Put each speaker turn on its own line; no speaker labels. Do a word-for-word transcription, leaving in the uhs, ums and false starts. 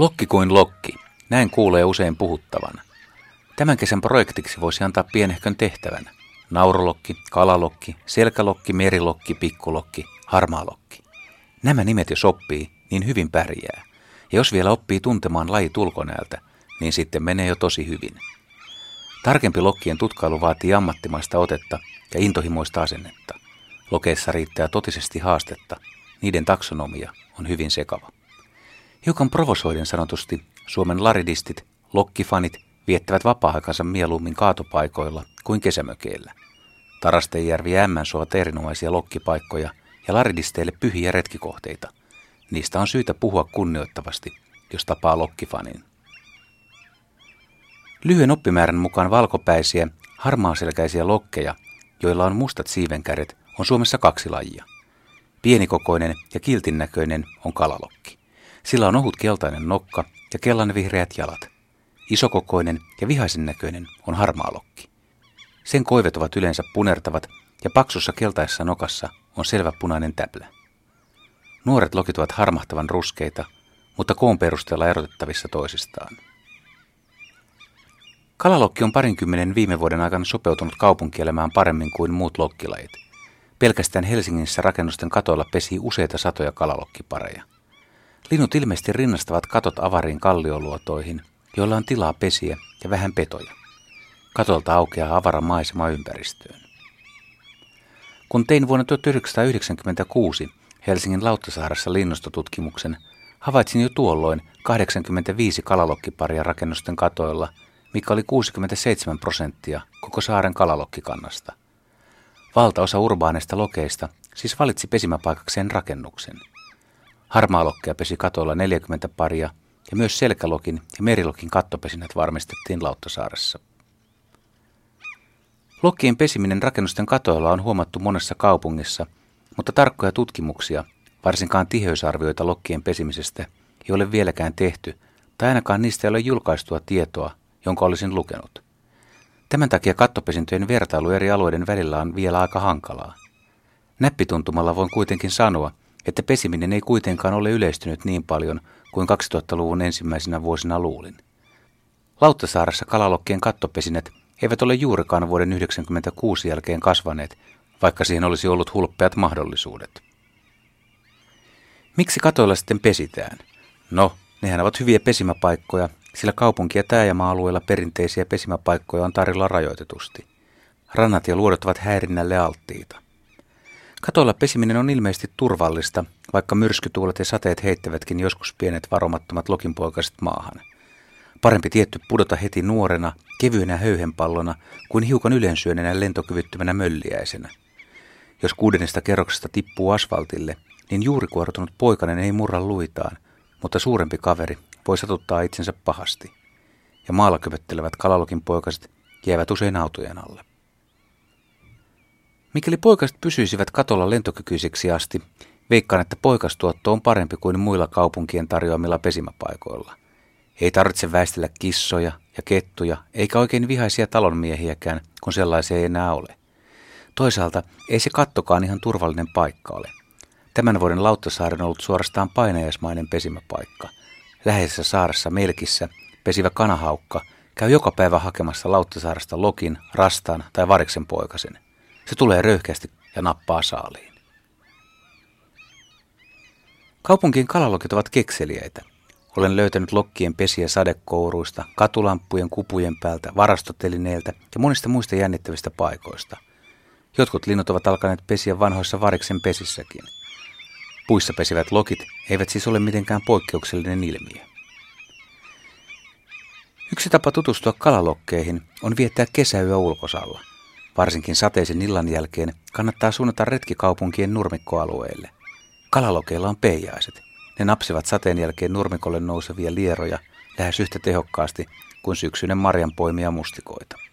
Lokki kuin lokki. Näin kuulee usein puhuttavan. Tämän kesän projektiksi voisi antaa pienehkön tehtävän. Naurulokki, kalalokki, selkälokki, merilokki, pikkulokki, harmaalokki. Nämä nimet jos oppii, niin hyvin pärjää. Ja jos vielä oppii tuntemaan lajit ulkonäöltä, niin sitten menee jo tosi hyvin. Tarkempi lokkien tutkailu vaatii ammattimaista otetta ja intohimoista asennetta. Lokeissa riittää totisesti haastetta. Niiden taksonomia on hyvin sekava. Hiukan provosoiden sanotusti Suomen laridistit, lokkifanit viettävät vapaa-aikansa mieluummin kaatopaikoilla kuin kesämökeillä. Tarastejärvi ja Ämmänsuo ovat erinomaisia lokkipaikkoja ja laridisteille pyhiä retkikohteita. Niistä on syytä puhua kunnioittavasti, jos tapaa lokkifanin. Lyhyen oppimäärän mukaan valkopäisiä, harmaaselkäisiä lokkeja, joilla on mustat siivenkäret, on Suomessa kaksi lajia. Pienikokoinen ja kiltin näköinen on kalalokki. Sillä on ohut keltainen nokka ja kellanvihreät jalat. Isokokoinen ja vihaisen näköinen on harmaalokki. Sen koivet ovat yleensä punertavat ja paksussa keltaisessa nokassa on selvä punainen täplä. Nuoret lokit ovat harmahtavan ruskeita, mutta koon perusteella erotettavissa toisistaan. Kalalokki on parinkymmenen viime vuoden aikana sopeutunut kaupunkielämään paremmin kuin muut lokkilajit. Pelkästään Helsingissä rakennusten katoilla pesii useita satoja kalalokkipareja. Linnut ilmeisesti rinnastavat katot avariin kallioluotoihin, joilla on tilaa pesiä ja vähän petoja. Katolta aukeaa avara maisema ympäristöön. Kun tein vuonna tuhatyhdeksänsataayhdeksänkymmentäkuusi Helsingin Lauttasaaressa linnustotutkimuksen, havaitsin jo tuolloin kahdeksankymmentäviisi kalalokkiparia rakennusten katoilla, mikä oli kuusikymmentäseitsemän prosenttia koko saaren kalalokkikannasta. Valtaosa urbaaneista lokeista siis valitsi pesimäpaikakseen rakennuksen. Harmaalokkeja pesi katoilla neljäkymmentä paria ja myös selkälokin ja merilokin kattopesinät varmistettiin Lauttasaaressa. Lokkien pesiminen rakennusten katoilla on huomattu monessa kaupungissa, mutta tarkkoja tutkimuksia, varsinkaan tiheysarvioita lokkien pesimisestä, ei ole vieläkään tehty, tai ainakaan niistä ei ole julkaistua tietoa, jonka olisin lukenut. Tämän takia kattopesintöjen vertailu eri alueiden välillä on vielä aika hankalaa. Näppituntumalla voin kuitenkin sanoa, että pesiminen ei kuitenkaan ole yleistynyt niin paljon kuin kaksituhattaluvun ensimmäisenä vuosina luulin. Lauttasaaressa kalalokkien kattopesinet eivät ole juurikaan vuoden yhdeksänkymmentäkuusi jälkeen kasvaneet, vaikka siihen olisi ollut hulppeat mahdollisuudet. Miksi katoilla sitten pesitään? No, nehän ovat hyviä pesimäpaikkoja, sillä kaupunki- ja taajama-alueilla perinteisiä pesimäpaikkoja on tarjolla rajoitetusti. Rannat ja luodot ovat häirinnälle alttiita. Katoilla pesiminen on ilmeisesti turvallista, vaikka myrskytuulet ja sateet heittävätkin joskus pienet varomattomat lokinpoikaset maahan. Parempi tietty pudota heti nuorena, kevyenä höyhenpallona kuin hiukan ylensyönenä lentokyvyttömänä mölliäisenä. Jos kuudennesta kerroksesta tippuu asfaltille, niin juuri kuortunut poikanen ei murra luitaan, mutta suurempi kaveri voi satuttaa itsensä pahasti. Ja maalla köpöttelevät kalalokin poikaset jäävät usein autojen alle. Mikäli poikaset pysyisivät katolla lentokykyisiksi asti, veikkaan, että poikastuotto on parempi kuin muilla kaupunkien tarjoamilla pesimäpaikoilla. Ei tarvitse väistellä kissoja ja kettuja, eikä oikein vihaisia talonmiehiäkään, kun sellaisia ei enää ole. Toisaalta ei se kattokaan ihan turvallinen paikka ole. Tämän vuoden Lauttasaari on ollut suorastaan painajaismainen pesimäpaikka. Läheisessä saaressa Melkissä pesivä kanahaukka käy joka päivä hakemassa Lauttasaaresta lokin, rastaan tai variksen poikasen. Se tulee röyhkeästi ja nappaa saaliin. Kaupunkien kalalokit ovat kekseliäitä. Olen löytänyt lokkien pesiä sadekouruista, katulamppujen kupujen päältä, varastotelineiltä ja monista muista jännittävistä paikoista. Jotkut linnut ovat alkaneet pesiä vanhoissa variksen pesissäkin. Puissa pesivät lokit eivät siis ole mitenkään poikkeuksellinen ilmiö. Yksi tapa tutustua kalalokkeihin on viettää kesäyö ulkosalla. Varsinkin sateisen illan jälkeen kannattaa suunnata retki kaupunkien nurmikkoalueille. Kalalokeilla on peijaiset. Ne napsivat sateen jälkeen nurmikolle nousevia lieroja lähes yhtä tehokkaasti kuin syksyinen marjanpoimia mustikoita.